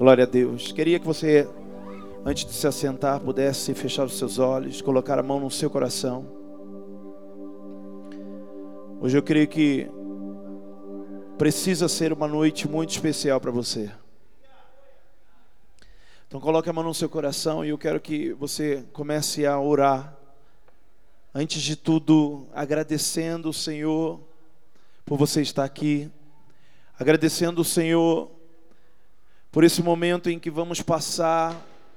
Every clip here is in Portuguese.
Glória a Deus. Queria que você, antes de se assentar, pudesse fechar os seus olhos, colocar a mão no seu coração. Hoje eu creio que precisa ser uma noite muito especial para você. Então coloque a mão no seu coração e eu quero que você comece a orar. Antes de tudo, agradecendo o Senhor por você estar aqui. Agradecendo o Senhor por esse momento em que vamos passar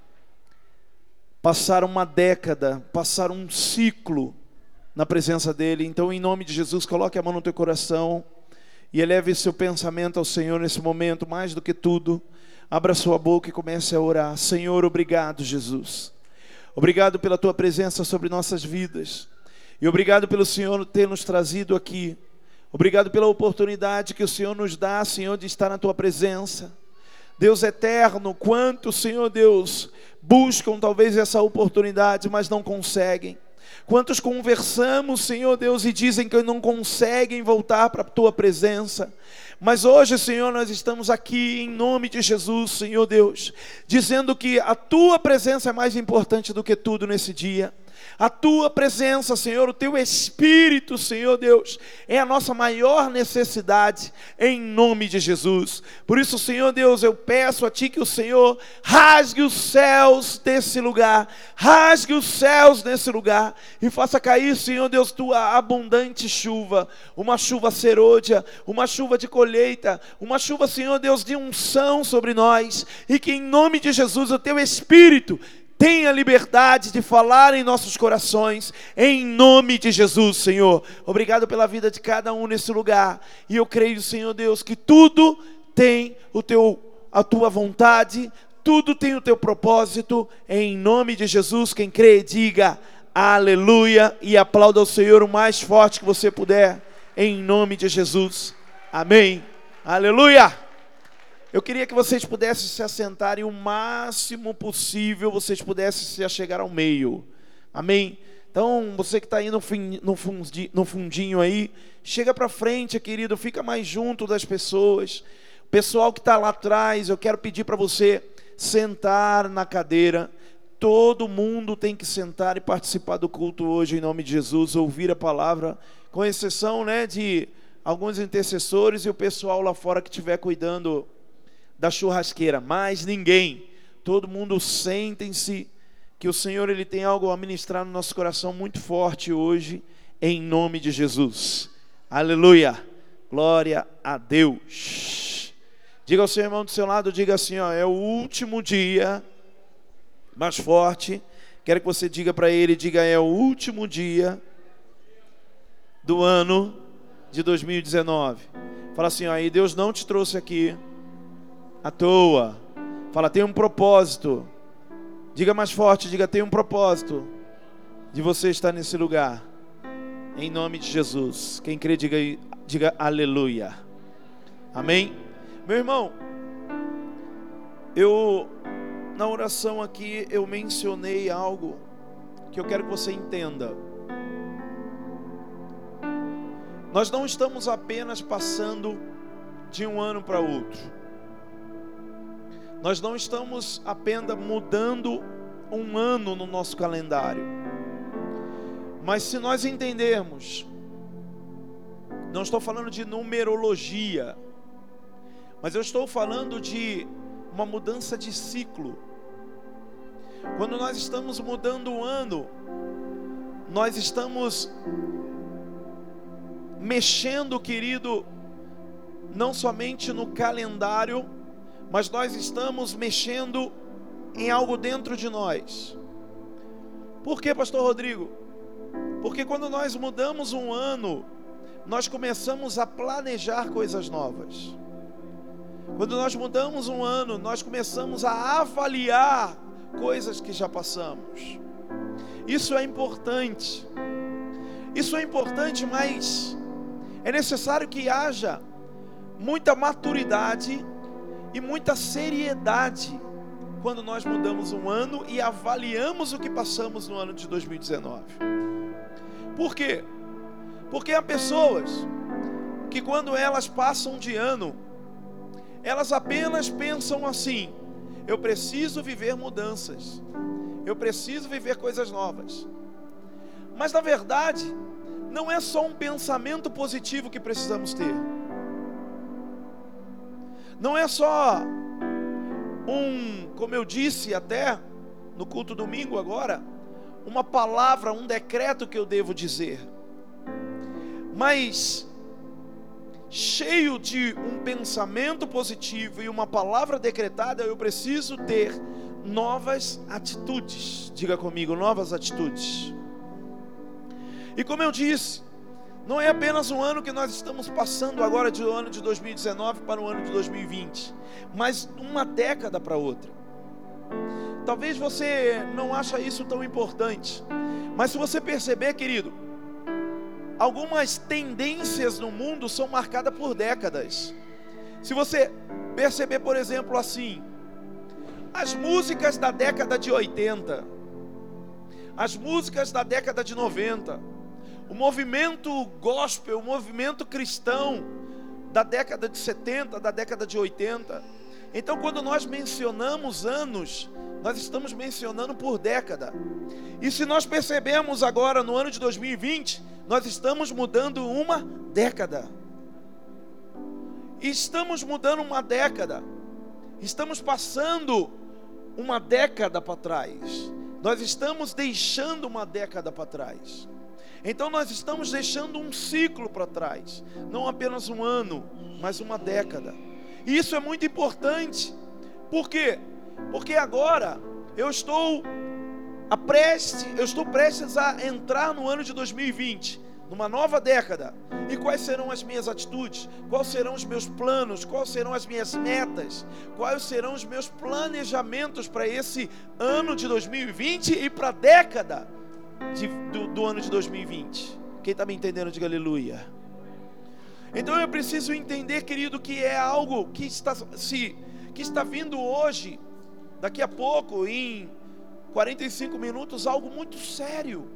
uma década, passar um ciclo na presença dEle. Então, em nome de Jesus, coloque a mão no teu coração e eleve seu pensamento ao Senhor nesse momento. Mais do que tudo, abra sua boca e comece a orar. Senhor, obrigado, Jesus. Obrigado pela tua presença sobre nossas vidas. E obrigado pelo Senhor ter nos trazido aqui. Obrigado pela oportunidade que o Senhor nos dá, Senhor, de estar na tua presença. Deus eterno, quanto, Senhor Deus, buscam talvez essa oportunidade, mas não conseguem. Quantos conversamos, Senhor Deus, e dizem que não conseguem voltar para a tua presença. Mas hoje, Senhor, nós estamos aqui em nome de Jesus, Senhor Deus, dizendo que a tua presença é mais importante do que tudo nesse dia. A tua presença, Senhor, o teu Espírito, Senhor Deus, é a nossa maior necessidade, em nome de Jesus. Por isso, Senhor Deus, eu peço a Ti que o Senhor rasgue os céus desse lugar, rasgue os céus nesse lugar, e faça cair, Senhor Deus, tua abundante chuva, uma chuva serôdia, uma chuva de colheita, uma chuva, Senhor Deus, de unção sobre nós, e que em nome de Jesus, o teu Espírito tenha liberdade de falar em nossos corações, em nome de Jesus, Senhor. Obrigado pela vida de cada um nesse lugar. E eu creio, Senhor Deus, que tudo tem a tua vontade, tudo tem o teu propósito, em nome de Jesus. Quem crê, diga aleluia e aplauda ao Senhor o mais forte que você puder, em nome de Jesus. Amém. Aleluia. Eu queria que vocês pudessem se assentar e o máximo possível vocês pudessem se achegar ao meio. Amém? Então, você que está aí no fundinho aí, chega para frente, querido, fica mais junto das pessoas. O pessoal que está lá atrás, eu quero pedir para você sentar na cadeira. Todo mundo tem que sentar e participar do culto hoje, em nome de Jesus, ouvir a palavra, com exceção, de alguns intercessores e o pessoal lá fora que estiver cuidando da churrasqueira, mais ninguém. Todo mundo sentem-se, que o Senhor ele tem algo a ministrar no nosso coração muito forte hoje, em nome de Jesus. Aleluia, glória a Deus. Diga ao seu irmão do seu lado, diga assim, é o último dia, mais forte, quero que você diga para ele, diga, é o último dia do ano de 2019. Fala assim, e Deus não te trouxe aqui à toa. Fala, tem um propósito. Diga mais forte, diga, tem um propósito de você estar nesse lugar, em nome de Jesus. Quem crê, diga aleluia. Amém? Meu irmão, na oração aqui eu mencionei algo que eu quero que você entenda. Nós não estamos apenas passando de um ano para outro. Nós não estamos apenas mudando um ano no nosso calendário. Mas se nós entendermos, não estou falando de numerologia, mas eu estou falando de uma mudança de ciclo. Quando nós estamos mudando o ano, nós estamos mexendo, querido, não somente no calendário, mas nós estamos mexendo em algo dentro de nós. Por quê, pastor Rodrigo? Porque quando nós mudamos um ano, nós começamos a planejar coisas novas. Quando nós mudamos um ano, nós começamos a avaliar coisas que já passamos. Isso é importante. Isso é importante, mas é necessário que haja muita maturidade e muita seriedade quando nós mudamos um ano e avaliamos o que passamos no ano de 2019. Por quê? Porque há pessoas que quando elas passam de ano, elas apenas pensam assim: eu preciso viver mudanças, eu preciso viver coisas novas. Mas na verdade, não é só um pensamento positivo que precisamos ter. Não é só como eu disse até no culto domingo agora, uma palavra, um decreto que eu devo dizer. Mas cheio de um pensamento positivo e uma palavra decretada, eu preciso ter novas atitudes. Diga comigo, novas atitudes. E como eu disse, não é apenas um ano que nós estamos passando agora do ano de 2019 para o ano de 2020, mas uma década para outra. Talvez você não ache isso tão importante, mas se você perceber, querido, algumas tendências no mundo são marcadas por décadas. Se você perceber, por exemplo, assim, as músicas da década de 80, as músicas da década de 90, o movimento gospel, o movimento cristão da década de 70, da década de 80. Então, quando nós mencionamos anos, nós estamos mencionando por década. E se nós percebemos agora no ano de 2020, nós estamos mudando uma década. Estamos mudando uma década. Estamos passando uma década para trás. Nós estamos deixando uma década para trás. Então nós estamos deixando um ciclo para trás. Não apenas um ano, mas uma década. E isso é muito importante. Por quê? Porque agora eu estou prestes a entrar no ano de 2020, numa nova década. E quais serão as minhas atitudes? Quais serão os meus planos? Quais serão as minhas metas? Quais serão os meus planejamentos para esse ano de 2020 e para a década do ano de 2020? Quem está me entendendo, diga aleluia. Então eu preciso entender, querido, que é algo que está vindo hoje, daqui a pouco, em 45 minutos, algo muito sério,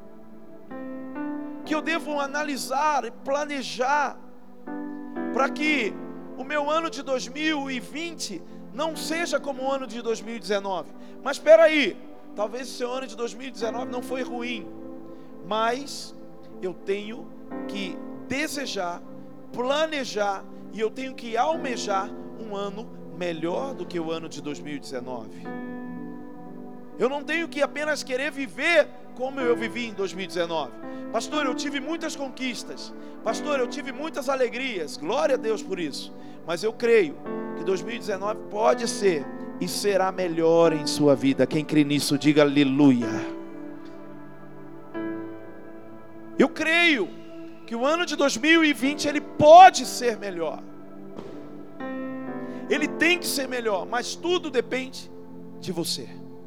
que eu devo analisar e planejar, para que o meu ano de 2020 não seja como o ano de 2019. Mas espera aí, talvez o seu ano de 2019 não foi ruim, mas eu tenho que desejar, planejar, e eu tenho que almejar um ano melhor do que o ano de 2019. Eu não tenho que apenas querer viver como eu vivi em 2019. Pastor, eu tive muitas conquistas. Pastor, eu tive muitas alegrias. Glória a Deus por isso. Mas eu creio que 2019 pode ser e será melhor em sua vida. Quem crê nisso, diga aleluia. Eu creio que o ano de 2020 ele pode ser melhor. Ele tem que ser melhor, mas tudo depende de você.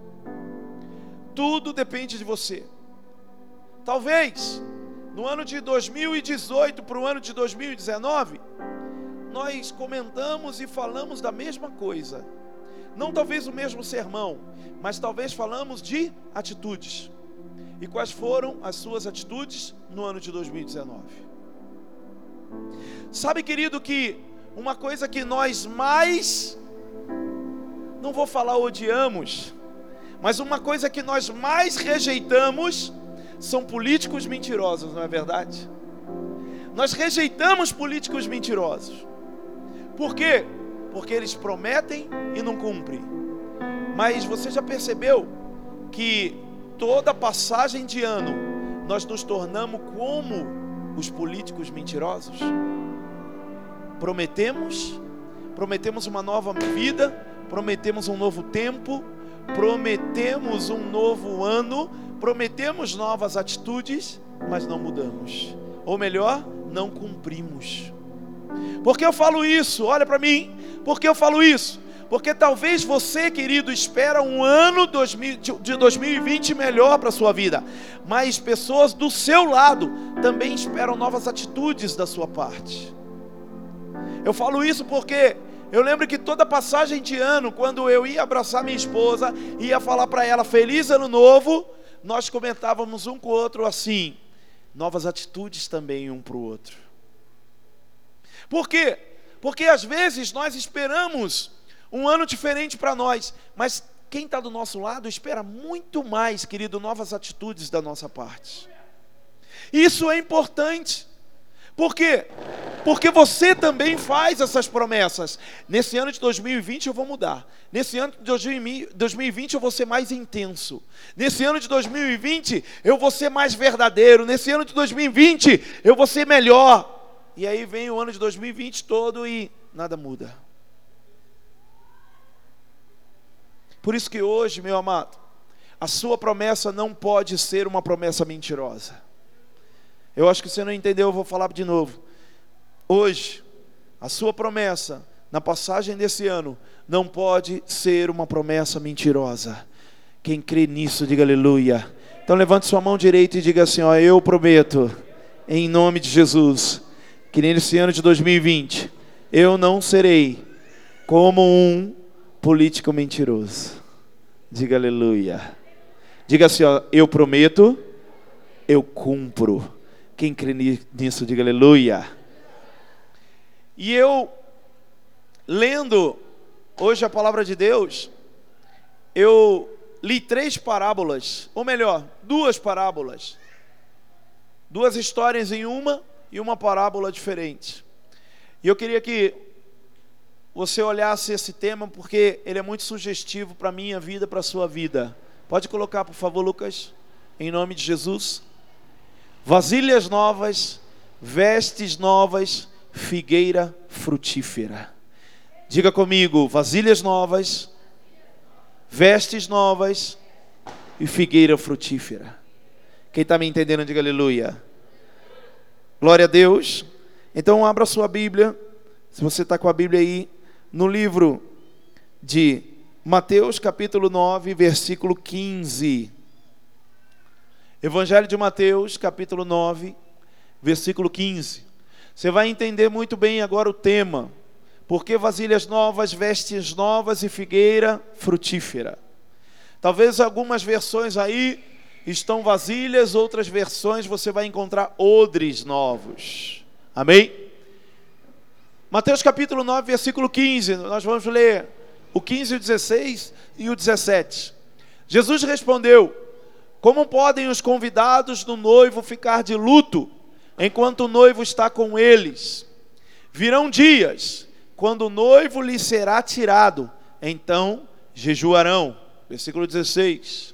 Tudo depende de você. Talvez no ano de 2018 para o ano de 2019, nós comentamos e falamos da mesma coisa. Não talvez o mesmo sermão, mas talvez falamos de atitudes. E quais foram as suas atitudes no ano de 2019? Sabe, querido, que uma coisa que nós mais, não vou falar odiamos, mas uma coisa que nós mais rejeitamos são políticos mentirosos, não é verdade? Nós rejeitamos políticos mentirosos. Por quê? Porque eles prometem e não cumprem. Mas você já percebeu que toda passagem de ano nós nos tornamos como os políticos mentirosos? Prometemos uma nova vida, prometemos um novo tempo, prometemos um novo ano, prometemos novas atitudes, mas não mudamos. Ou melhor, não cumprimos. Por que eu falo isso? Olha para mim. Por que eu falo isso? Porque talvez você, querido, espera um ano de 2020 melhor para a sua vida, mas pessoas do seu lado também esperam novas atitudes da sua parte. Eu falo isso porque eu lembro que toda passagem de ano, quando eu ia abraçar minha esposa, ia falar para ela feliz ano novo, nós comentávamos um com o outro assim, novas atitudes também um para o outro. Por quê? Porque às vezes nós esperamos Um ano diferente para nós, mas quem está do nosso lado espera muito mais, querido, novas atitudes da nossa parte. Isso é importante. Por quê? Porque você também faz essas promessas. Nesse ano de 2020 eu vou mudar. Nesse ano de 2020 eu vou ser mais intenso. Nesse ano de 2020 eu vou ser mais verdadeiro. Nesse ano de 2020 eu vou ser melhor. E aí vem o ano de 2020 todo e nada muda. Por isso que hoje, meu amado, a sua promessa não pode ser uma promessa mentirosa. Eu acho que você não entendeu, eu vou falar de novo. Hoje, a sua promessa, na passagem desse ano, não pode ser uma promessa mentirosa. Quem crê nisso, diga aleluia. Então levante sua mão direita e diga assim, ó, eu prometo, em nome de Jesus, que nesse ano de 2020, eu não serei como um político mentiroso. Diga aleluia. Diga assim, ó, eu prometo, eu cumpro. Quem crê nisso, diga aleluia. E eu, lendo hoje a palavra de Deus, eu li 3 parábolas, ou melhor, 2 parábolas. 2 histórias em uma e uma parábola diferente. E eu queria que você olhasse esse tema, porque ele é muito sugestivo para a minha vida, para a sua vida. Pode colocar, por favor, Lucas, em nome de Jesus. Vasilhas novas, vestes novas, figueira frutífera. Diga comigo, vasilhas novas, vestes novas e figueira frutífera. Quem está me entendendo, diga aleluia. Glória a Deus. Então abra sua Bíblia, se você está com a Bíblia aí, no livro de Mateus capítulo 9, versículo 15. Evangelho de Mateus, capítulo 9, versículo 15. Você vai entender muito bem agora o tema. Por que vasilhas novas, vestes novas e figueira frutífera? Talvez algumas versões aí estão vasilhas, outras versões você vai encontrar odres novos. Amém? Mateus capítulo 9, versículo 15. Nós vamos ler o 15, o 16 e o 17. Jesus respondeu: como podem os convidados do noivo ficar de luto, enquanto o noivo está com eles? Virão dias, quando o noivo lhes será tirado, então jejuarão. Versículo 16.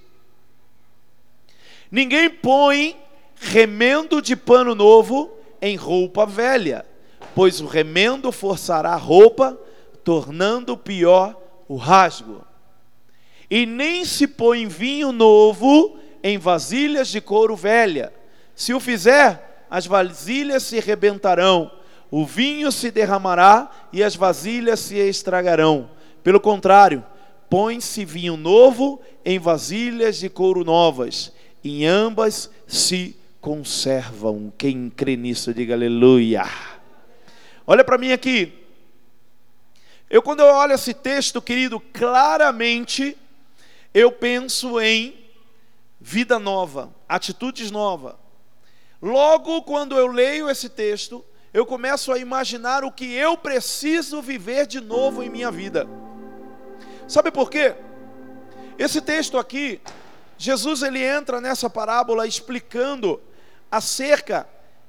Ninguém põe remendo de pano novo em roupa velha, pois o remendo forçará a roupa, tornando pior o rasgo. E nem se põe vinho novo em vasilhas de couro velha. Se o fizer, as vasilhas se rebentarão, o vinho se derramará e as vasilhas se estragarão. Pelo contrário, põe-se vinho novo em vasilhas de couro novas, e ambas se conservam. Quem crê nisso, diga aleluia. Olha para mim aqui. Quando eu olho esse texto, querido, claramente eu penso em vida nova, atitudes novas. Logo, quando eu leio esse texto, eu começo a imaginar o que eu preciso viver de novo em minha vida. Sabe por quê? Esse texto aqui, Jesus ele entra nessa parábola explicando acerca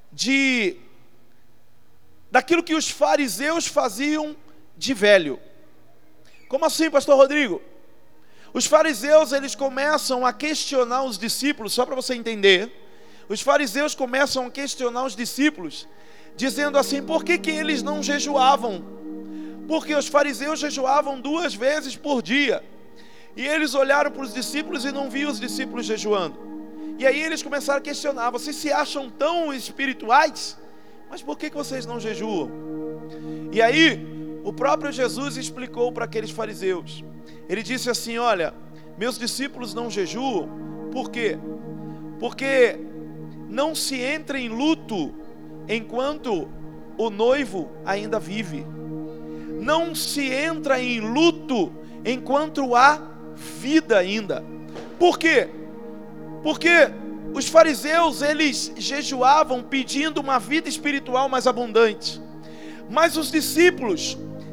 daquilo que os fariseus faziam de velho. Como assim, pastor Rodrigo? Os fariseus, eles começam a questionar os discípulos, só para você entender. Os fariseus começam a questionar os discípulos, dizendo assim, por que eles não jejuavam? Porque os fariseus jejuavam 2 vezes por dia. E eles olharam para os discípulos e não viam os discípulos jejuando. E aí eles começaram a questionar, vocês se acham tão espirituais? Mas por que vocês não jejuam? E aí, o próprio Jesus explicou para aqueles fariseus. Ele disse assim, olha, meus discípulos não jejuam, por quê? Porque não se entra em luto enquanto o noivo ainda vive. Não se entra em luto enquanto há vida ainda. Por quê? Porque os fariseus, eles jejuavam pedindo uma vida espiritual mais abundante. Mas os discípulos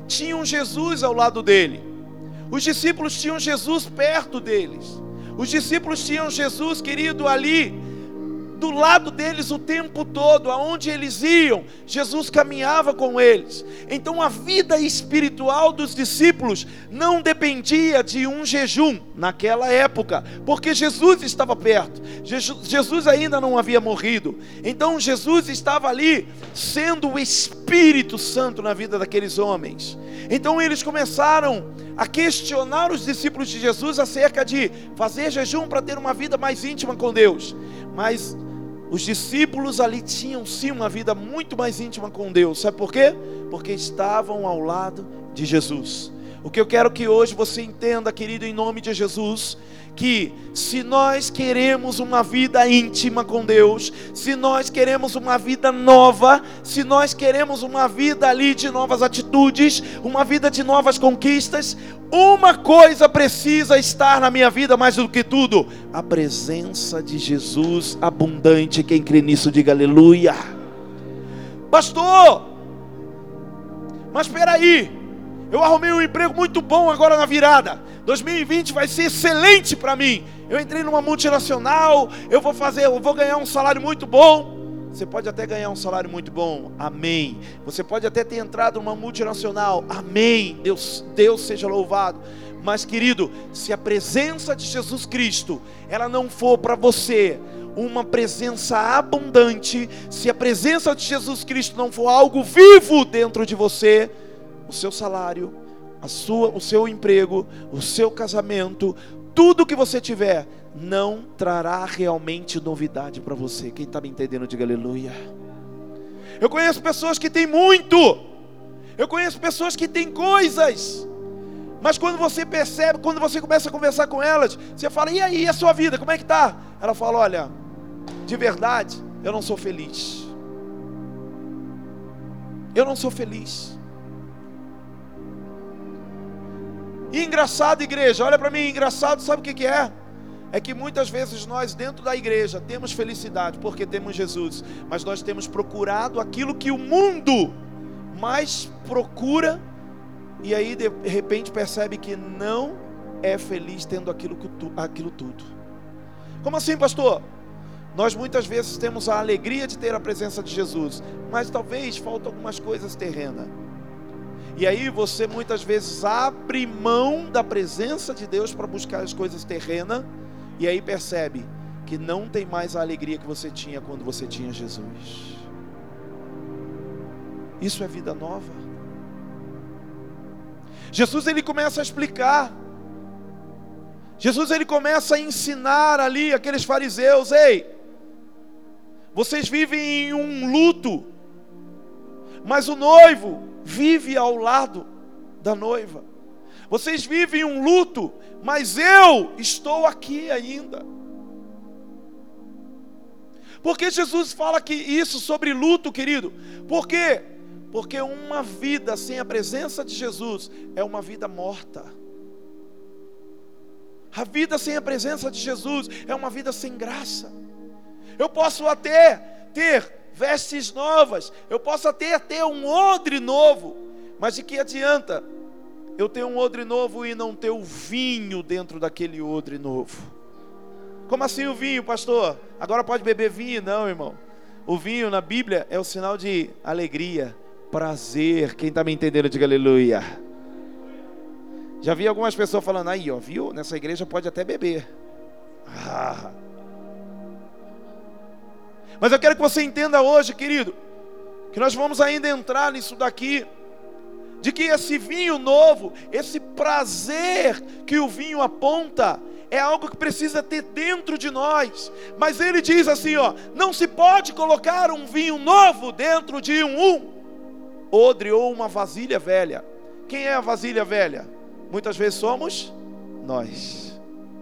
tinham Jesus ao lado dele. Os discípulos tinham Jesus perto deles. Os discípulos tinham Jesus, querido, ali do lado deles o tempo todo. Aonde eles iam, Jesus caminhava com eles. Então a vida espiritual dos discípulos não dependia de um jejum naquela época, porque Jesus estava perto. Jesus ainda não havia morrido. Então Jesus estava ali sendo o Espírito Santo na vida daqueles homens. Então eles começaram a questionar os discípulos de Jesus acerca de fazer jejum para ter uma vida mais íntima com Deus. Mas os discípulos ali tinham sim uma vida muito mais íntima com Deus. Sabe por quê? Porque estavam ao lado de Jesus. O que eu quero que hoje você entenda, querido, em nome de Jesus, que se nós queremos uma vida íntima com Deus, se nós queremos uma vida nova, se nós queremos uma vida ali de novas atitudes, uma vida de novas conquistas, uma coisa precisa estar na minha vida mais do que tudo: a presença de Jesus abundante. Quem crê nisso, diga aleluia. Pastor, mas espera aí, eu arrumei um emprego muito bom agora na virada, 2020 vai ser excelente para mim. Eu entrei numa multinacional, eu vou ganhar um salário muito bom. Você pode até ganhar um salário muito bom, amém. Você pode até ter entrado numa multinacional, amém. Deus seja louvado. Mas, querido, se a presença de Jesus Cristo, ela não for para você uma presença abundante, se a presença de Jesus Cristo não for algo vivo dentro de você, o seu salário, o seu emprego, o seu casamento, tudo que você tiver, não trará realmente novidade para você. Quem está me entendendo, diga aleluia. Eu conheço pessoas que têm muito, eu conheço pessoas que têm coisas, mas quando você percebe, quando você começa a conversar com elas, você fala: e aí, a sua vida, como é que está? Ela fala: olha, de verdade, eu não sou feliz. Eu não sou feliz. E engraçado, igreja, olha para mim, engraçado, sabe o que é? É que muitas vezes nós dentro da igreja temos felicidade porque temos Jesus, mas nós temos procurado aquilo que o mundo mais procura, e aí de repente percebe que não é feliz tendo aquilo tudo. Como assim, pastor? Nós muitas vezes temos a alegria de ter a presença de Jesus, mas talvez faltam algumas coisas terrenas. E aí você muitas vezes abre mão da presença de Deus para buscar as coisas terrenas, e aí percebe que não tem mais a alegria que você tinha quando você tinha Jesus. Isso é vida nova. Jesus, ele começa a explicar. Jesus, ele começa a ensinar ali aqueles fariseus: ei, vocês vivem em um luto, mas o noivo vive ao lado da noiva. Vocês vivem um luto, mas eu estou aqui ainda. Por que Jesus fala que isso sobre luto, querido? Por quê? Porque uma vida sem a presença de Jesus é uma vida morta. A vida sem a presença de Jesus é uma vida sem graça. Eu posso até ter vestes novas, eu posso até ter um odre novo, mas de que adianta eu ter um odre novo e não ter o vinho dentro daquele odre novo? Como assim o vinho, pastor? Agora pode beber vinho? Não, irmão. O vinho na Bíblia é o sinal de alegria, prazer. Quem está me entendendo, diga aleluia. Já vi algumas pessoas falando: aí, ó, viu? Nessa igreja pode até beber. Mas eu quero que você entenda hoje, querido, que nós vamos ainda entrar nisso daqui, de que esse vinho novo, esse prazer que o vinho aponta, é algo que precisa ter dentro de nós. Mas ele diz assim, ó: não se pode colocar um vinho novo dentro de um odre ou uma vasilha velha. Quem é a vasilha velha? Muitas vezes somos nós.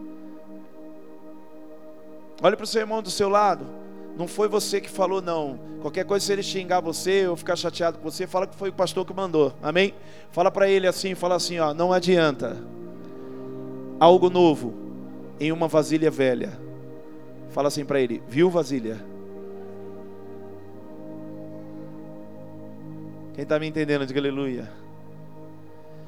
Olhe para o seu irmão do seu lado. Não foi você que falou, não. Qualquer coisa, se ele xingar você ou ficar chateado com você, fala que foi o pastor que mandou, amém? Fala para ele assim, fala assim, ó: não adianta algo novo em uma vasilha velha. Fala assim para ele: viu, vasilha? Quem está me entendendo, diga aleluia.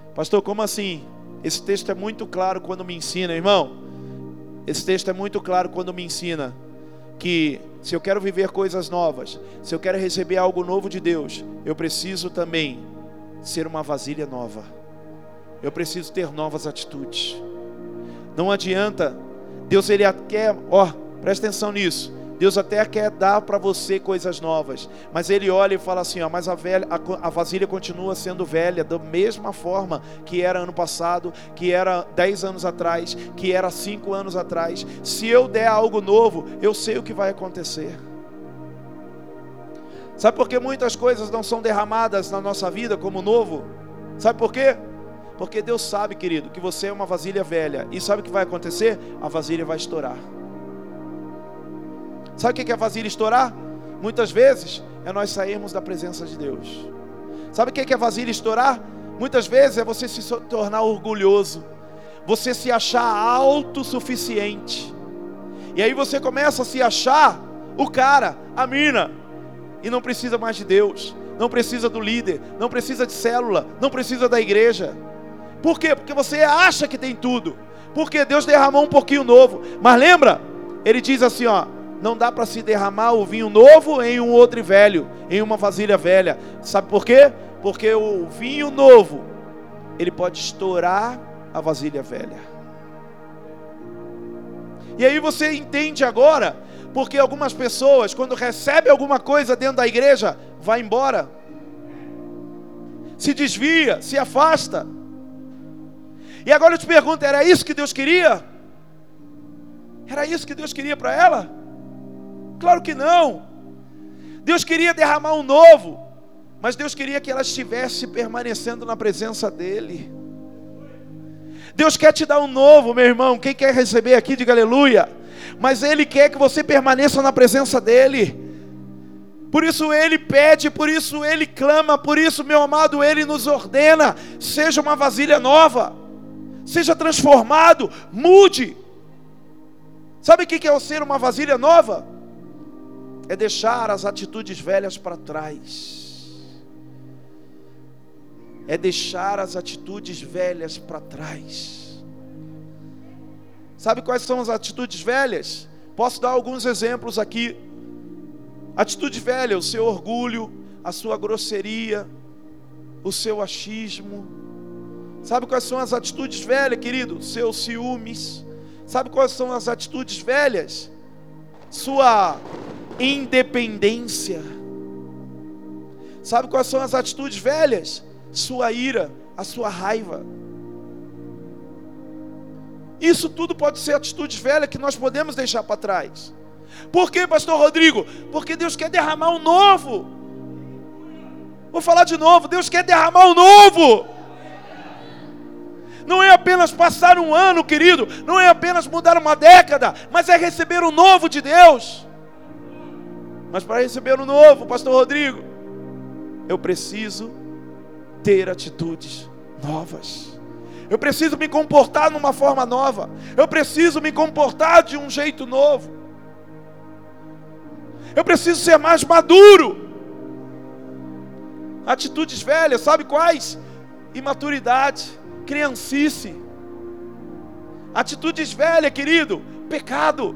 Pastor, como assim? Esse texto é muito claro quando me ensina, irmão. Esse texto é muito claro quando me ensina que se eu quero viver coisas novas, se eu quero receber algo novo de Deus, eu preciso também ser uma vasilha nova. Eu preciso ter novas atitudes. Não adianta, Deus ele quer, presta atenção nisso. Deus até quer dar para você coisas novas, mas Ele olha e fala assim, mas a vasilha continua sendo velha, da mesma forma que era ano passado, que era 10 anos atrás, que era 5 anos atrás. Se eu der algo novo, eu sei o que vai acontecer. Sabe por que muitas coisas não são derramadas na nossa vida como novo? Sabe por quê? Porque Deus sabe, querido, que você é uma vasilha velha, e sabe o que vai acontecer? A vasilha vai estourar. Sabe o que é a vasilha estourar? Muitas vezes é nós sairmos da presença de Deus. Sabe o que é a vasilha estourar? Muitas vezes é você se tornar orgulhoso, você se achar autossuficiente, e aí você começa a se achar o cara, a mina, e não precisa mais de Deus, não precisa do líder, não precisa de célula, não precisa da igreja. Por quê? Porque você acha que tem tudo, porque Deus derramou um pouquinho novo. Mas lembra, Ele diz assim, não dá para se derramar o vinho novo em um outro velho, em uma vasilha velha. Sabe por quê? Porque o vinho novo, ele pode estourar a vasilha velha. E aí você entende agora, porque algumas pessoas, quando recebem alguma coisa dentro da igreja, vai embora, se desvia, se afasta. E agora eu te pergunto, era isso que Deus queria? Era isso que Deus queria para ela? Claro que não. Deus queria derramar um novo, mas Deus queria que ela estivesse permanecendo na presença dEle. Deus quer te dar um novo, meu irmão. Quem quer receber aqui, diga aleluia. Mas Ele quer que você permaneça na presença dEle. Por isso Ele pede, por isso Ele clama, por isso, meu amado, Ele nos ordena: seja uma vasilha nova, seja transformado, mude. Sabe o que é o ser uma vasilha nova? É deixar as atitudes velhas para trás. É deixar as atitudes velhas para trás. Sabe quais são as atitudes velhas? Posso dar alguns exemplos aqui. Atitude velha, o seu orgulho, a sua grosseria, o seu achismo. Sabe quais são as atitudes velhas, querido? Seus ciúmes. Sabe quais são as atitudes velhas? Sua independência. Sabe quais são as atitudes velhas? Sua ira, a sua raiva. Isso tudo pode ser atitudes velhas que nós podemos deixar para trás. Por quê, pastor Rodrigo? Porque Deus quer derramar um novo. Vou falar de novo, Deus quer derramar um novo. Não é apenas passar um ano, querido, não é apenas mudar uma década, mas é receber o novo de Deus. Mas para receber o novo, pastor Rodrigo, eu preciso ter atitudes novas. Eu preciso me comportar numa forma nova. Eu preciso me comportar de um jeito novo. Eu preciso ser mais maduro. Atitudes velhas, sabe quais? Imaturidade, criancice. Atitudes velhas, querido, pecado.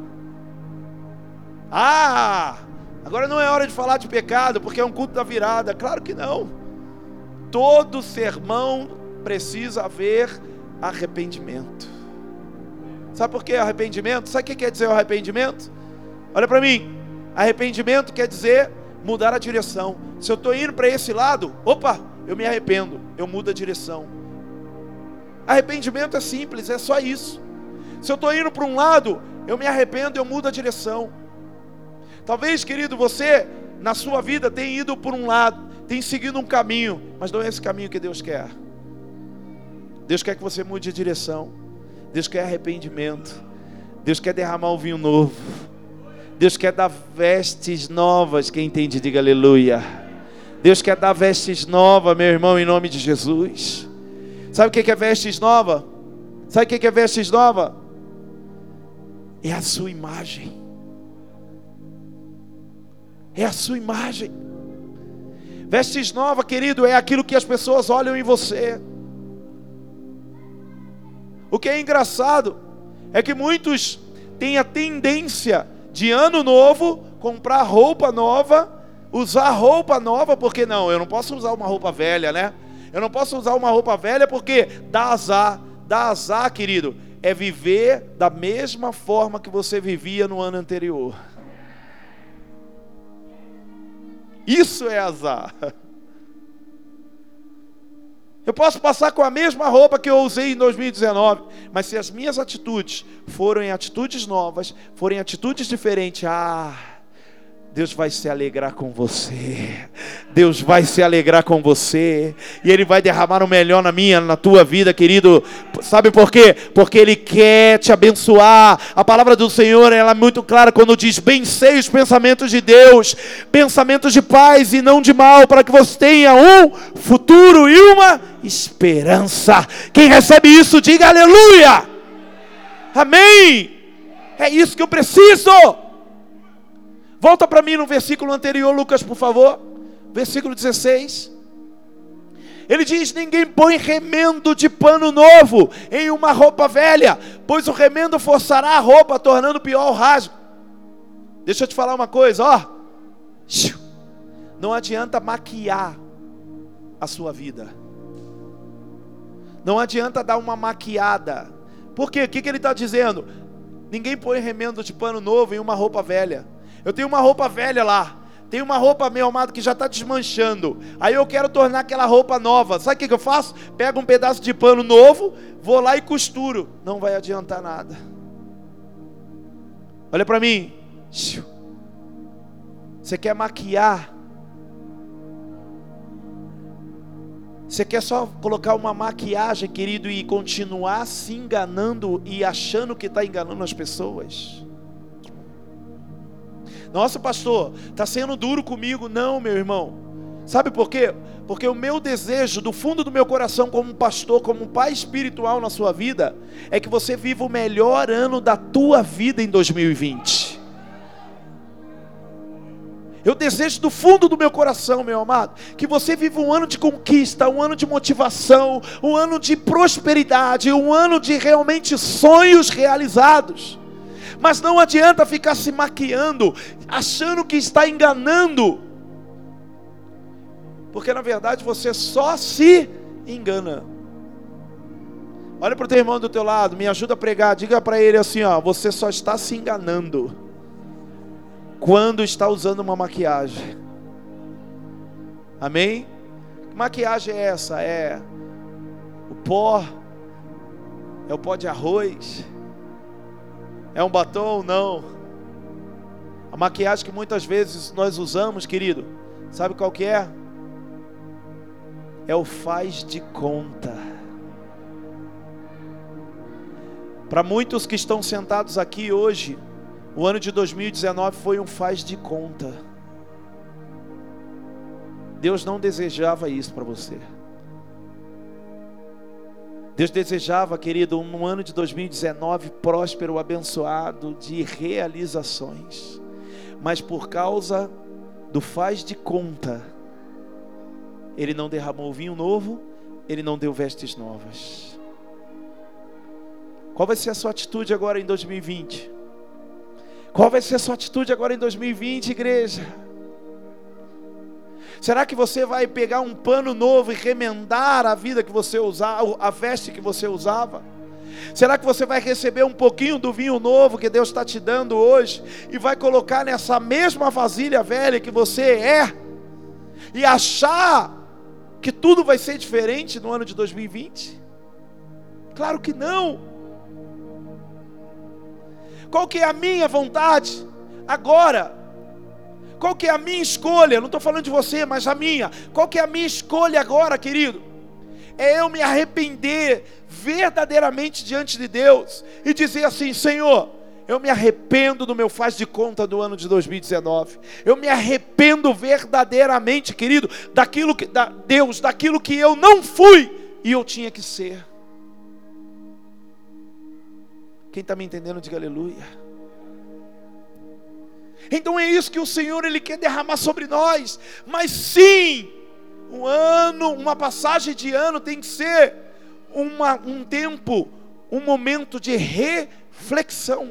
Agora não é hora de falar de pecado, porque é um culto da virada. Claro que não. Todo sermão precisa haver arrependimento. Sabe por que arrependimento? Sabe o que quer dizer o arrependimento? Olha para mim. Arrependimento quer dizer mudar a direção. Se eu estou indo para esse lado, eu me arrependo, eu mudo a direção. Arrependimento é simples, é só isso. Se eu estou indo para um lado, eu me arrependo, eu mudo a direção. Talvez, querido, você na sua vida tenha ido por um lado, tem seguido um caminho, mas não é esse caminho que Deus quer. Deus quer que você mude a direção. Deus quer arrependimento. Deus quer derramar um vinho novo. Deus quer dar vestes novas. Quem entende, diga aleluia. Deus quer dar vestes novas, meu irmão, em nome de Jesus. Sabe o que é vestes nova? Sabe o que é vestes nova? É a sua imagem. É a sua imagem. Vestes nova, querido, é aquilo que as pessoas olham em você. O que é engraçado é que muitos têm a tendência de ano novo, comprar roupa nova, usar roupa nova, porque não, eu não posso usar uma roupa velha, né? Eu não posso usar uma roupa velha porque dá azar. Dá azar, querido, é viver da mesma forma que você vivia no ano anterior. Isso é azar. Eu posso passar com a mesma roupa que eu usei em 2019, mas se as minhas atitudes forem atitudes novas, forem atitudes diferentes, Deus vai se alegrar com você. Deus vai se alegrar com você. E Ele vai derramar o melhor na tua vida, querido. Sabe por quê? Porque Ele quer te abençoar. A palavra do Senhor, ela é muito clara quando diz: bem sei os pensamentos de Deus, pensamentos de paz e não de mal, para que você tenha um futuro e uma esperança. Quem recebe isso, diga aleluia. Amém. É isso que eu preciso. Volta para mim no versículo anterior, Lucas, por favor. Versículo 16. Ele diz: ninguém põe remendo de pano novo em uma roupa velha, pois o remendo forçará a roupa, tornando pior o rasgo. Deixa eu te falar uma coisa, ó. Não adianta maquiar a sua vida. Não adianta dar uma maquiada. Por quê? O que ele está dizendo? Ninguém põe remendo de pano novo em uma roupa velha. Eu tenho uma roupa velha lá. Tem uma roupa, meu amado, que já está desmanchando. Aí eu quero tornar aquela roupa nova. Sabe o que eu faço? Pego um pedaço de pano novo, vou lá e costuro. Não vai adiantar nada. Olha para mim. Você quer maquiar? Você quer só colocar uma maquiagem, querido, e continuar se enganando e achando que está enganando as pessoas? Nossa, pastor, está sendo duro comigo. Não, meu irmão. Sabe por quê? Porque o meu desejo, do fundo do meu coração, como pastor, como pai espiritual na sua vida, é que você viva o melhor ano da tua vida em 2020. Eu desejo do fundo do meu coração, meu amado, que você viva um ano de conquista, um ano de motivação, um ano de prosperidade, um ano de realmente sonhos realizados. Mas não adianta ficar se maquiando, achando que está enganando, porque na verdade você só se engana. Olha para o teu irmão do teu lado, me ajuda a pregar, diga para ele assim, ó: você só está se enganando quando está usando uma maquiagem. Amém? Que maquiagem é essa? É o pó? É o pó de arroz? É um batom? Não. A maquiagem que muitas vezes nós usamos, querido, sabe qual que é? É o faz de conta. Para muitos que estão sentados aqui hoje, o ano de 2019 foi um faz de conta. Deus não desejava isso para você. Deus desejava, querido, um ano de 2019 próspero, abençoado, de realizações. Mas por causa do faz de conta, Ele não derramou vinho novo, Ele não deu vestes novas. Qual vai ser a sua atitude agora em 2020? Qual vai ser a sua atitude agora em 2020, igreja? Será que você vai pegar um pano novo e remendar a vida que você usava, a veste que você usava? Será que você vai receber um pouquinho do vinho novo que Deus está te dando hoje e vai colocar nessa mesma vasilha velha que você é e achar que tudo vai ser diferente no ano de 2020? Claro que não. Qual que é a minha vontade agora? Qual que é a minha escolha? Não estou falando de você, mas a minha. Qual que é a minha escolha agora, querido? É eu me arrepender verdadeiramente diante de Deus e dizer assim: Senhor, eu me arrependo do meu faz de conta do ano de 2019. Eu me arrependo verdadeiramente, querido, daquilo que, Deus, daquilo que eu não fui e eu tinha que ser. Quem está me entendendo, diga aleluia. Então é isso que o Senhor, Ele quer derramar sobre nós. Mas sim, um ano, uma passagem de ano tem que ser um tempo, um momento de reflexão.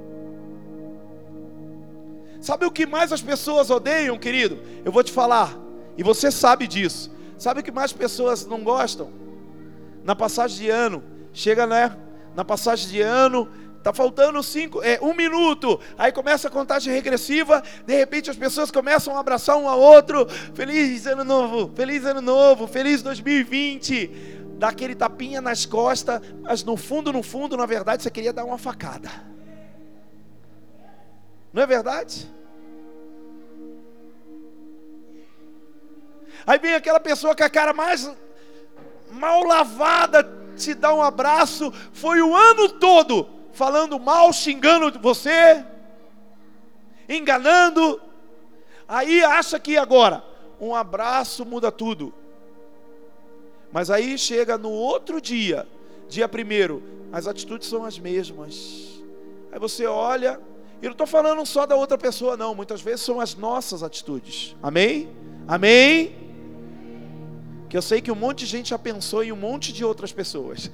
Sabe o que mais as pessoas odeiam, querido? Eu vou te falar, e você sabe disso. Sabe o que mais pessoas não gostam? Na passagem de ano, chega, né? Na passagem de ano, tá faltando 1 minuto, aí começa a contagem regressiva, de repente as pessoas começam a abraçar um ao outro, feliz ano novo, feliz 2020, dá aquele tapinha nas costas, mas no fundo, na verdade, você queria dar uma facada. Não é verdade? Aí vem aquela pessoa com a cara mais mal lavada, te dá um abraço, foi o ano todo falando mal, xingando você, enganando, aí acha que agora um abraço muda tudo. Mas aí chega no outro dia, dia 1º, as atitudes são as mesmas. Aí você olha, e eu não estou falando só da outra pessoa não, muitas vezes são as nossas atitudes. Amém? Amém? Que eu sei que um monte de gente já pensou em um monte de outras pessoas.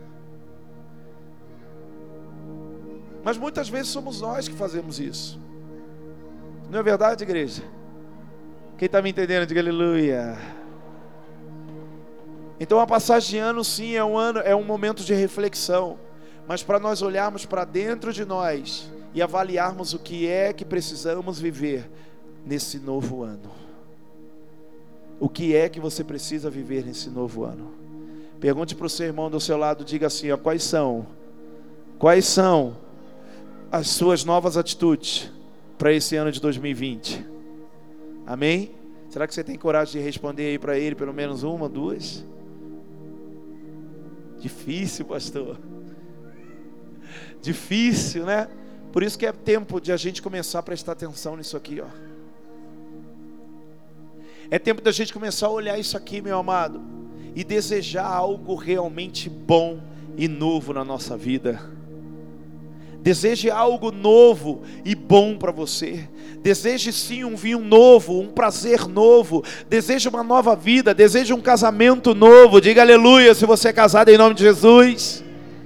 Mas muitas vezes somos nós que fazemos isso. Não é verdade, igreja? Quem está me entendendo, diga aleluia. Então a passagem de ano sim é um momento de reflexão. Mas para nós olharmos para dentro de nós e avaliarmos o que é que precisamos viver nesse novo ano. O que é que você precisa viver nesse novo ano? Pergunte para o seu irmão do seu lado, diga assim, ó, quais são as suas novas atitudes para esse ano de 2020? Amém? Será que você tem coragem de responder aí para ele pelo menos 1, 2? Difícil, pastor. Difícil, né? Por isso que é tempo de a gente começar a prestar atenção nisso aqui, ó. É tempo da gente começar a olhar isso aqui, meu amado, e desejar algo realmente bom e novo na nossa vida. Deseje algo novo e bom para você. Deseje sim um vinho novo, um prazer novo. Deseje uma nova vida, deseje um casamento novo. Diga aleluia se você é casado em nome de Jesus.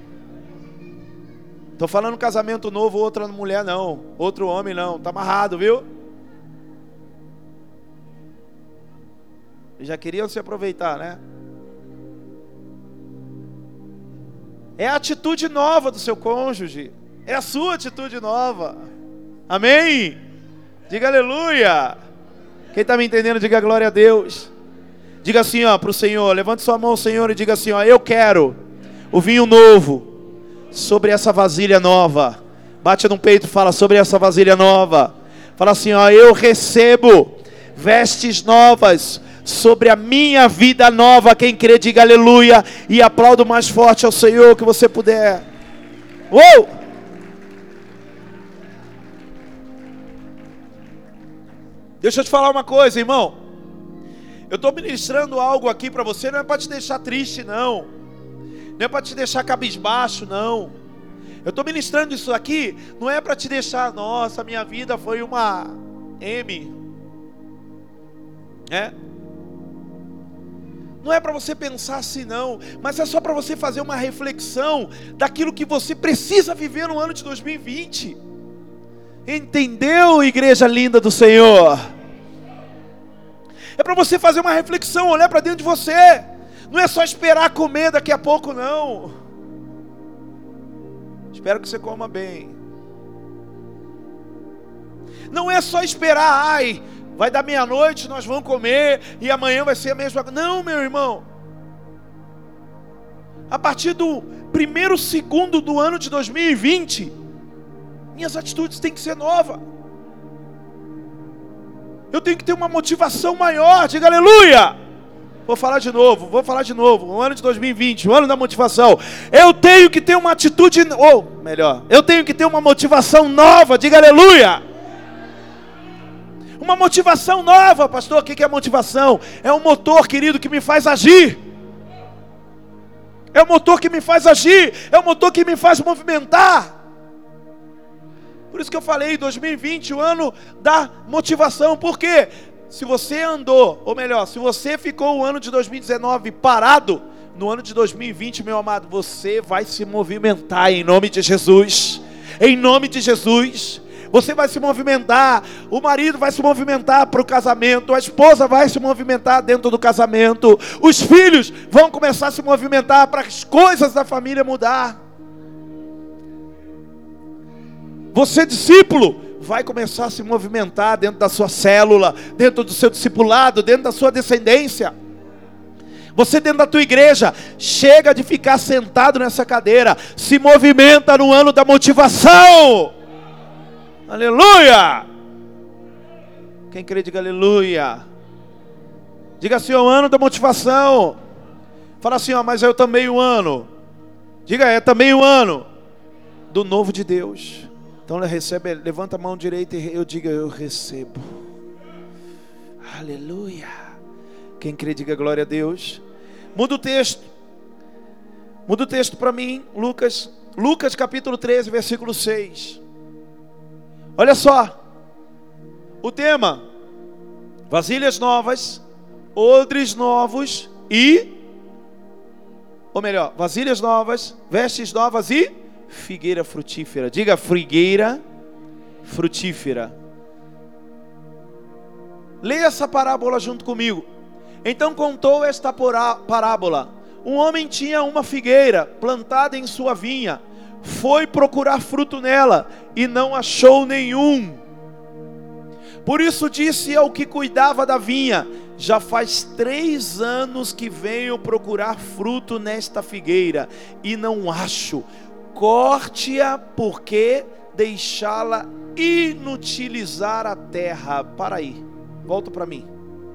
Estou falando casamento novo, outra mulher não, outro homem não, está amarrado, viu? Já queriam se aproveitar, né? É a atitude nova do seu cônjuge. É a sua atitude nova. Amém? Diga aleluia. Quem está me entendendo, diga glória a Deus. Diga assim, ó, para o Senhor. Levante sua mão, Senhor, e diga assim, ó, eu quero o vinho novo sobre essa vasilha nova. Bate no peito e fala sobre essa vasilha nova. Fala assim, ó, eu recebo vestes novas sobre a minha vida nova. Quem crê, diga aleluia. E aplaudo mais forte ao Senhor que você puder. Uou! Deixa eu te falar uma coisa, irmão. Eu estou ministrando algo aqui para você. Não é para te deixar triste, não. Não é para te deixar cabisbaixo, não. Eu estou ministrando isso aqui. Não é para te deixar, nossa, minha vida foi uma M. Não é para você pensar assim não, mas é só para você fazer uma reflexão daquilo que você precisa viver no ano de 2020. Entendeu, igreja linda do Senhor? É para você fazer uma reflexão, olhar para dentro de você. Não é só esperar comer daqui a pouco não. Espero que você coma bem. Não é só esperar, ai, vai dar meia-noite, nós vamos comer e amanhã vai ser a mesma coisa. Não, meu irmão. A partir do 1º segundo do ano de 2020, minhas atitudes têm que ser novas. Eu tenho que ter uma motivação maior. Diga aleluia. Vou falar de novo. O ano de 2020, o ano da motivação. Eu tenho que ter uma atitude, ou melhor, eu tenho que ter uma motivação nova. Diga aleluia. Uma motivação nova, pastor. O que é motivação? É um motor, querido, que me faz agir. É o motor que me faz agir. É o motor que me faz movimentar. Por isso que eu falei, 2020, o ano da motivação. Por quê? Se você andou, ou melhor, se você ficou o ano de 2019 parado, no ano de 2020, meu amado, você vai se movimentar em nome de Jesus. Em nome de Jesus. Você vai se movimentar, o marido vai se movimentar para o casamento, a esposa vai se movimentar dentro do casamento, os filhos vão começar a se movimentar para as coisas da família mudar. Você, discípulo, vai começar a se movimentar dentro da sua célula, dentro do seu discipulado, dentro da sua descendência. Você dentro da tua igreja, chega de ficar sentado nessa cadeira, se movimenta no ano da motivação. Aleluia! Quem crê, diga aleluia. Diga assim, o ano da motivação. Fala assim, ó, mas eu também o ano. Diga, é também o ano do novo de Deus. Então recebe, levanta a mão direita e eu diga, eu recebo. Aleluia. Quem crê, diga glória a Deus. Muda o texto. Muda o texto para mim, Lucas capítulo 13, versículo 6. Olha só, o tema: vasilhas novas, odres novos vasilhas novas, vestes novas e figueira frutífera. Diga, figueira frutífera. Leia essa parábola junto comigo. Então contou esta parábola: um homem tinha uma figueira plantada em sua vinha, foi procurar fruto nela e não achou nenhum. Por isso disse ao que cuidava da vinha: já faz 3 anos que venho procurar fruto nesta figueira e não acho. Corte-a, porque deixá-la inutilizar a terra. Para aí, volta para mim.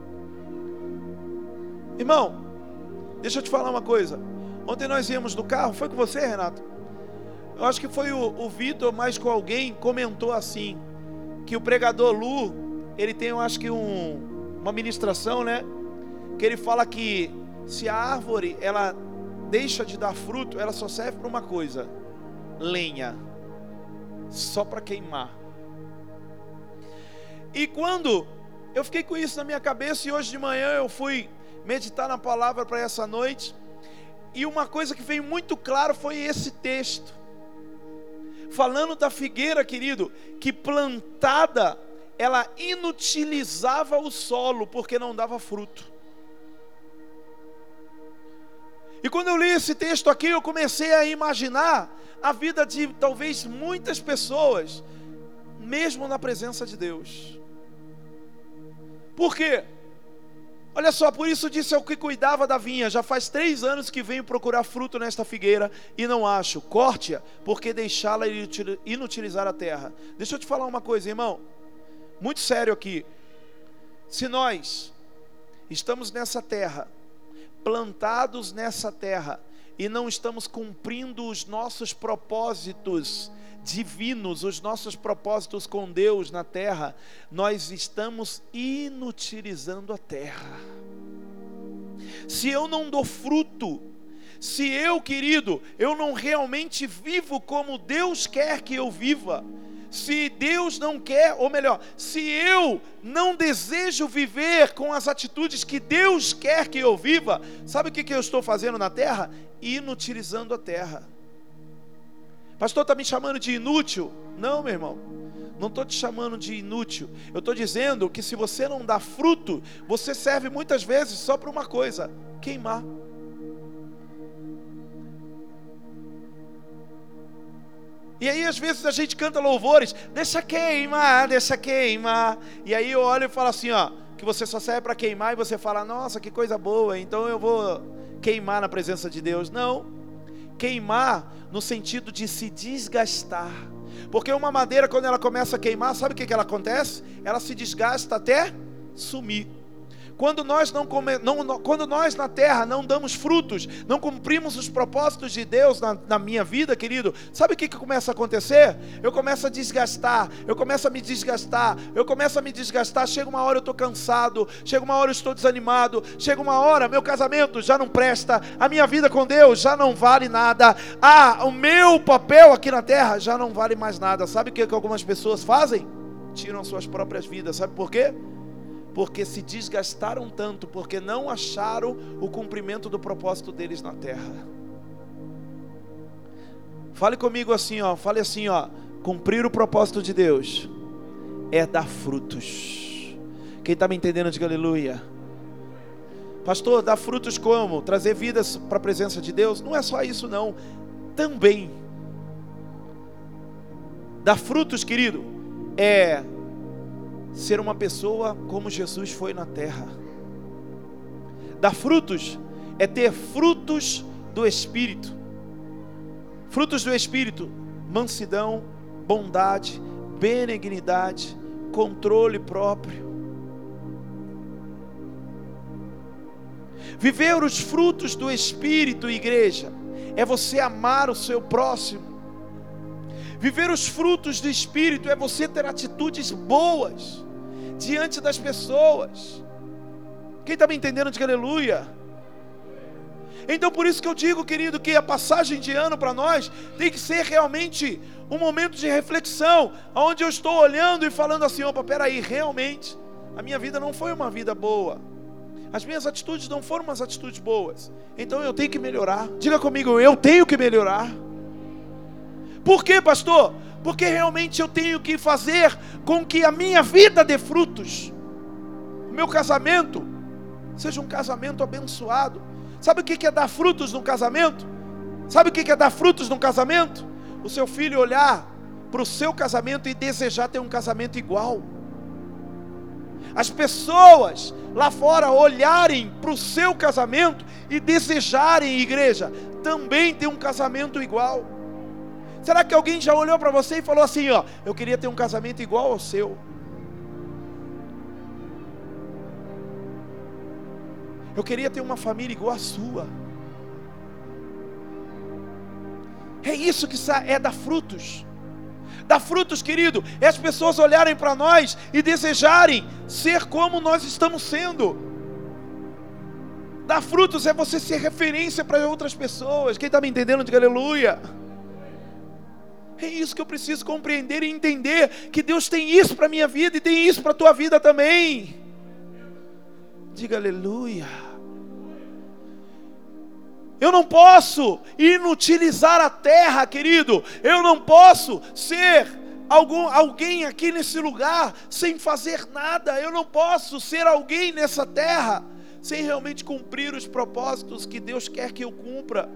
Irmão, deixa eu te falar uma coisa. Ontem nós íamos no carro, foi com você, Renato? Eu acho que foi o Vitor, mais com alguém, comentou assim, que o pregador Lu, ele tem, eu acho que uma ministração, né? Que ele fala que se a árvore, ela deixa de dar fruto, ela só serve para uma coisa: lenha. Só para queimar. E quando eu fiquei com isso na minha cabeça, e hoje de manhã eu fui meditar na palavra para essa noite, e uma coisa que veio muito claro foi esse texto, falando da figueira, querido, que plantada, ela inutilizava o solo, porque não dava fruto. E quando eu li esse texto aqui, eu comecei a imaginar a vida de talvez muitas pessoas, mesmo na presença de Deus. Por quê? Olha só, por isso disse ao que cuidava da vinha: já faz 3 anos que venho procurar fruto nesta figueira e não acho. Corte-a, porque deixá-la inutilizar a terra. Deixa eu te falar uma coisa, irmão, muito sério aqui. Se nós estamos nessa terra, plantados nessa terra, e não estamos cumprindo os nossos propósitos divinos, os nossos propósitos com Deus na terra, nós estamos inutilizando a terra. Se eu não dou fruto, se eu, querido, eu não realmente vivo como Deus quer que eu viva, se Deus não quer, ou melhor, se eu não desejo viver com as atitudes que Deus quer que eu viva, sabe o que eu estou fazendo na terra? Inutilizando a terra. Pastor, está me chamando de inútil? Não, meu irmão, não estou te chamando de inútil. Eu estou dizendo que se você não dá fruto, você serve muitas vezes só para uma coisa: queimar. E aí às vezes a gente canta louvores: deixa queimar, deixa queimar. E aí eu olho e falo assim, ó, que você só serve para queimar, e você fala: nossa, que coisa boa, então eu vou queimar na presença de Deus. Não, queimar no sentido de se desgastar. Porque uma madeira, quando ela começa a queimar, sabe o que ela acontece? Ela se desgasta até sumir. Quando nós quando nós na terra não damos frutos, não cumprimos os propósitos de Deus na minha vida, querido, sabe o que começa a acontecer? Eu começo a desgastar, eu começo a me desgastar, chega uma hora eu estou cansado, chega uma hora eu estou desanimado, chega uma hora meu casamento já não presta, a minha vida com Deus já não vale nada, o meu papel aqui na terra já não vale mais nada. Sabe o que algumas pessoas fazem? Tiram suas próprias vidas. Sabe por quê? porque se desgastaram tanto, porque não acharam o cumprimento do propósito deles na terra. Fale comigo assim, ó, fale assim, ó: cumprir o propósito de Deus é dar frutos. Quem está me entendendo, diga aleluia. Pastor, dar frutos como? Trazer vidas para a presença de Deus? Não é só isso não, também. Dar frutos, querido, é ser uma pessoa como Jesus foi na terra. Dar frutos é ter frutos do Espírito. Frutos do Espírito: mansidão, bondade, benignidade, controle próprio. Viver os frutos do Espírito, igreja, é você amar o seu próximo. Viver os frutos do Espírito é você ter atitudes boas diante das pessoas. Quem está me entendendo, diga aleluia. Então por isso que eu digo, querido, que a passagem de ano para nós tem que ser realmente um momento de reflexão, onde eu estou olhando e falando assim: opa, peraí, realmente a minha vida não foi uma vida boa, as minhas atitudes não foram umas atitudes boas, então eu tenho que melhorar. Diga comigo: eu tenho que melhorar. Por quê, pastor? Porque realmente eu tenho que fazer com que a minha vida dê frutos, o meu casamento seja um casamento abençoado. Sabe o que é dar frutos num casamento? Sabe o que é dar frutos num casamento? O seu filho olhar para o seu casamento e desejar ter um casamento igual. As pessoas lá fora olharem para o seu casamento e desejarem, igreja, também ter um casamento igual. Será que alguém já olhou para você e falou assim, ó: eu queria ter um casamento igual ao seu? Eu queria ter uma família igual à sua. É isso que é dar frutos. Dar frutos, querido, é as pessoas olharem para nós e desejarem ser como nós estamos sendo. Dar frutos é você ser referência para outras pessoas. Quem está me entendendo, diga aleluia. É isso que eu preciso compreender e entender, que Deus tem isso para a minha vida e tem isso para a tua vida também. Diga aleluia. Eu não posso inutilizar a terra, querido. Eu não posso ser alguém aqui nesse lugar sem fazer nada. Eu não posso ser alguém nessa terra sem realmente cumprir os propósitos que Deus quer que eu cumpra.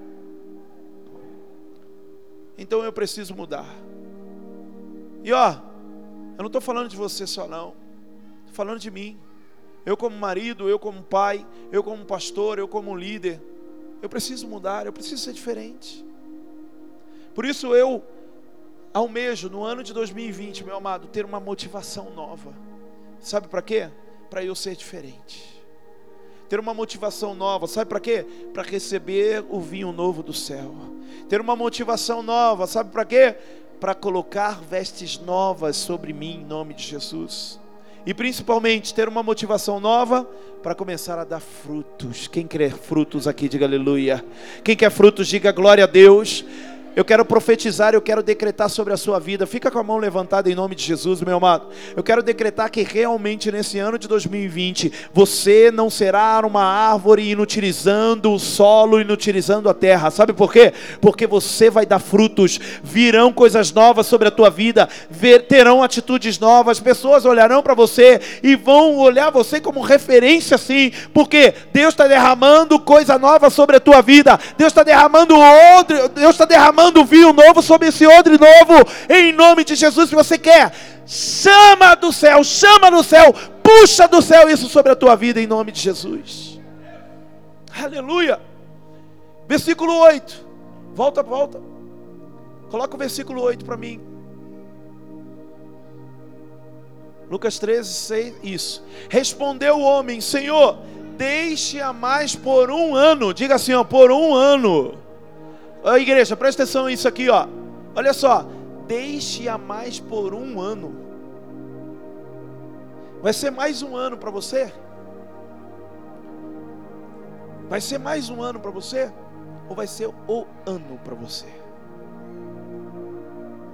Então eu preciso mudar. E ó, eu não estou falando de você só não, estou falando de mim. Eu como marido, eu como pai, eu como pastor, eu como líder. Eu preciso mudar, eu preciso ser diferente. Por isso eu almejo no ano de 2020, meu amado, ter uma motivação nova. Sabe para quê? Para eu ser diferente. Ter uma motivação nova, sabe para quê? Para receber o vinho novo do céu. Ter uma motivação nova, sabe para quê? Para colocar vestes novas sobre mim, em nome de Jesus. E principalmente ter uma motivação nova para começar a dar frutos. Quem quer frutos aqui, diga aleluia. Quem quer frutos, diga glória a Deus. Eu quero profetizar, eu quero decretar sobre a sua vida. Fica com a mão levantada em nome de Jesus, meu amado. Eu quero decretar que realmente nesse ano de 2020 você não será uma árvore inutilizando o solo, inutilizando a terra. Sabe por quê? Porque você vai dar frutos. Virão coisas novas sobre a tua vida, terão atitudes novas. Pessoas olharão para você e vão olhar você como referência, sim. Porque Deus está derramando coisa nova sobre a tua vida. Deus está derramando vinho novo sobre esse odre novo, em nome de Jesus. Se você quer, chama do céu, puxa do céu isso sobre a tua vida, em nome de Jesus. Aleluia. Versículo 8, volta, coloca o versículo 8 para mim. Lucas 13, 6, isso. Respondeu o homem: Senhor, deixe-a mais por um ano. Diga assim, ó, por um ano. Ó, igreja, presta atenção nisso aqui, ó. Olha só, deixe-a mais por um ano. Vai ser mais um ano para você? Vai ser mais um ano para você? Ou vai ser o ano para você?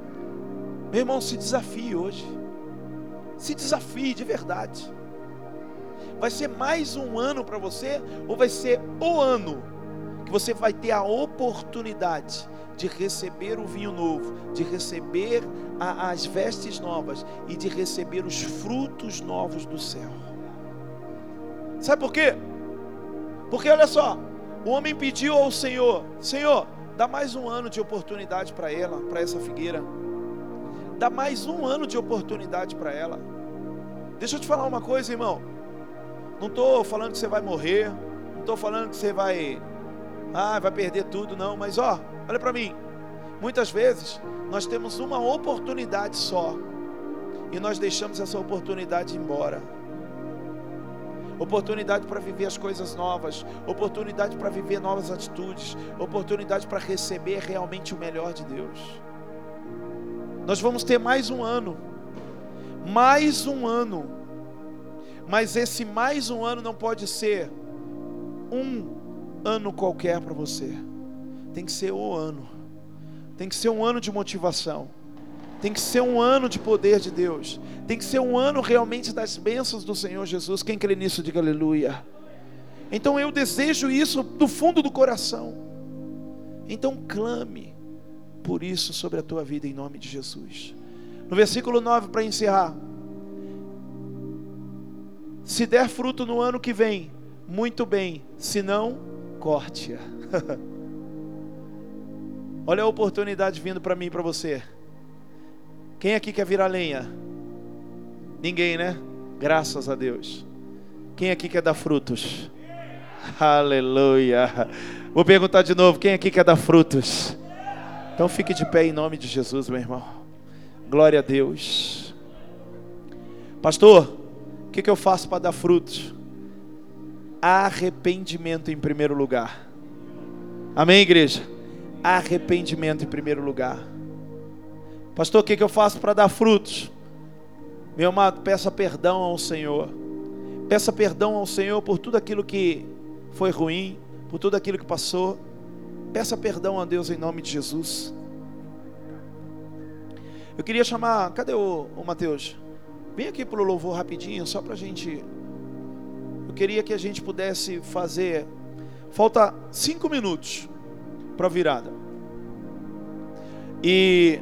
Meu irmão, se desafie hoje. Se desafie de verdade. Vai ser mais um ano para você, ou vai ser o ano que você vai ter a oportunidade de receber o vinho novo, de receber as vestes novas e de receber os frutos novos do céu? Sabe por quê? Porque olha só, o homem pediu ao Senhor: Senhor, dá mais um ano de oportunidade para ela, para essa figueira. Dá mais um ano de oportunidade para ela. Deixa eu te falar uma coisa, irmão. Não estou falando que você vai morrer, não estou falando que você vai perder tudo, não. Mas olha para mim. Muitas vezes nós temos uma oportunidade só e nós deixamos essa oportunidade ir embora. Oportunidade para viver as coisas novas, oportunidade para viver novas atitudes, oportunidade para receber realmente o melhor de Deus. Nós vamos ter mais um ano, mas esse mais um ano não pode ser um ano qualquer para você. Tem que ser o ano, tem que ser um ano de motivação, tem que ser um ano de poder de Deus, tem que ser um ano realmente das bênçãos do Senhor Jesus. Quem crê nisso, diga aleluia. Então eu desejo isso do fundo do coração. Então clame por isso sobre a tua vida em nome de Jesus. No versículo 9, para encerrar: se der fruto no ano que vem, muito bem, se não, corte-a. Olha a oportunidade vindo para mim e para você. Quem aqui quer virar lenha? Ninguém, né? Graças a Deus. Quem aqui quer dar frutos? Aleluia. Vou perguntar de novo: quem aqui quer dar frutos? Então fique de pé em nome de Jesus, meu irmão. Glória a Deus. Pastor, o que eu faço para dar frutos? Arrependimento em primeiro lugar. Amém, igreja? Arrependimento em primeiro lugar. Pastor, o que eu faço para dar frutos? Meu amado, peça perdão ao Senhor. Peça perdão ao Senhor por tudo aquilo que foi ruim, por tudo aquilo que passou. Peça perdão a Deus em nome de Jesus. Eu queria chamar, cadê o Mateus? Vem aqui para o louvor rapidinho, só para a gente. Eu queria que a gente pudesse fazer. Falta 5 minutos para a virada. E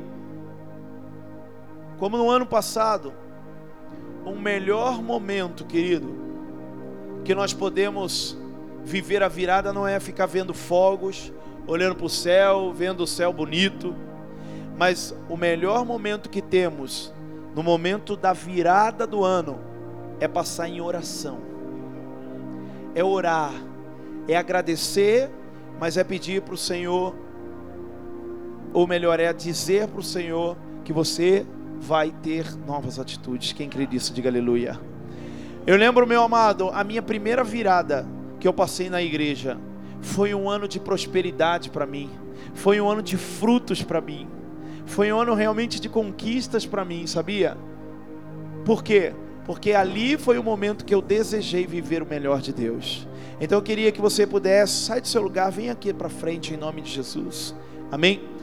como no ano passado, o melhor momento, querido, que nós podemos viver a virada não é ficar vendo fogos, olhando para o céu, vendo o céu bonito, mas o melhor momento que temos no momento da virada do ano é passar em oração, é orar, é agradecer, mas é pedir para o Senhor, ou melhor, é dizer para o Senhor que você vai ter novas atitudes. Quem crê nisso, diga aleluia. Eu lembro, meu amado, a minha primeira virada que eu passei na igreja foi um ano de prosperidade para mim, foi um ano de frutos para mim, foi um ano realmente de conquistas para mim, sabia? Por quê? Porque ali foi o momento que eu desejei viver o melhor de Deus. Então eu queria que você pudesse, sai do seu lugar, vem aqui para frente em nome de Jesus, amém?